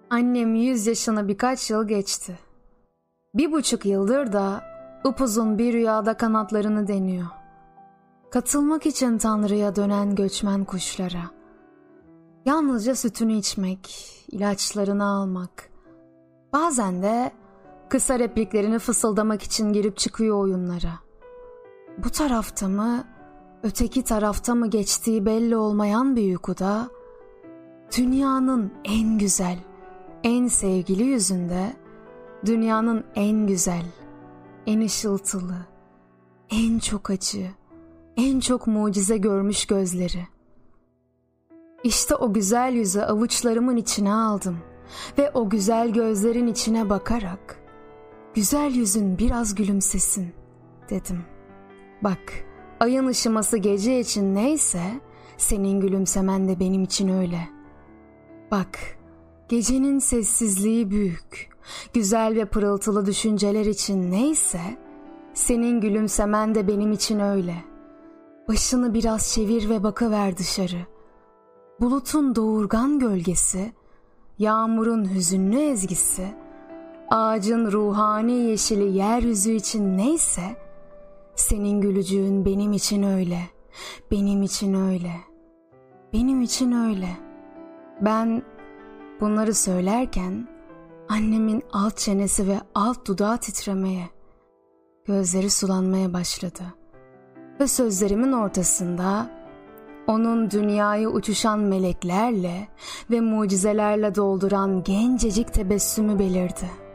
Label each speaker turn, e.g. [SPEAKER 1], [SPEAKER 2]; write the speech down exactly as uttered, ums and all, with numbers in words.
[SPEAKER 1] Annem yüz yaşına birkaç yıl geçti. Bir buçuk yıldır da upuzun bir rüyada kanatlarını deniyor. Katılmak için Tanrı'ya dönen göçmen kuşlara. Yalnızca sütünü içmek, ilaçlarını almak. Bazen de kısa repliklerini fısıldamak için girip çıkıyor oyunlara. Bu tarafta mı, öteki tarafta mı geçtiği belli olmayan bir uykuda, dünyanın en güzel, en sevgili yüzünde, dünyanın en güzel, en ışıltılı, en çok acı, en çok mucize görmüş gözleri. İşte o güzel yüzü avuçlarımın içine aldım ve o güzel gözlerin içine bakarak, güzel yüzün biraz gülümsesin dedim. Bak, ayın ışıması gece için neyse, senin gülümsemen de benim için öyle. Bak, gecenin sessizliği büyük, güzel ve pırıltılı düşünceler için neyse, senin gülümsemen de benim için öyle. Başını biraz çevir ve bakıver dışarı. Bulutun doğurgan gölgesi, yağmurun hüzünlü ezgisi, ağacın ruhani yeşili yeryüzü için neyse, senin gülücüğün benim için öyle, benim için öyle, benim için öyle. Ben bunları söylerken annemin alt çenesi ve alt dudağı titremeye, gözleri sulanmaya başladı. Ve sözlerimin ortasında onun dünyayı uçuşan meleklerle ve mucizelerle dolduran gencecik tebessümü belirdi.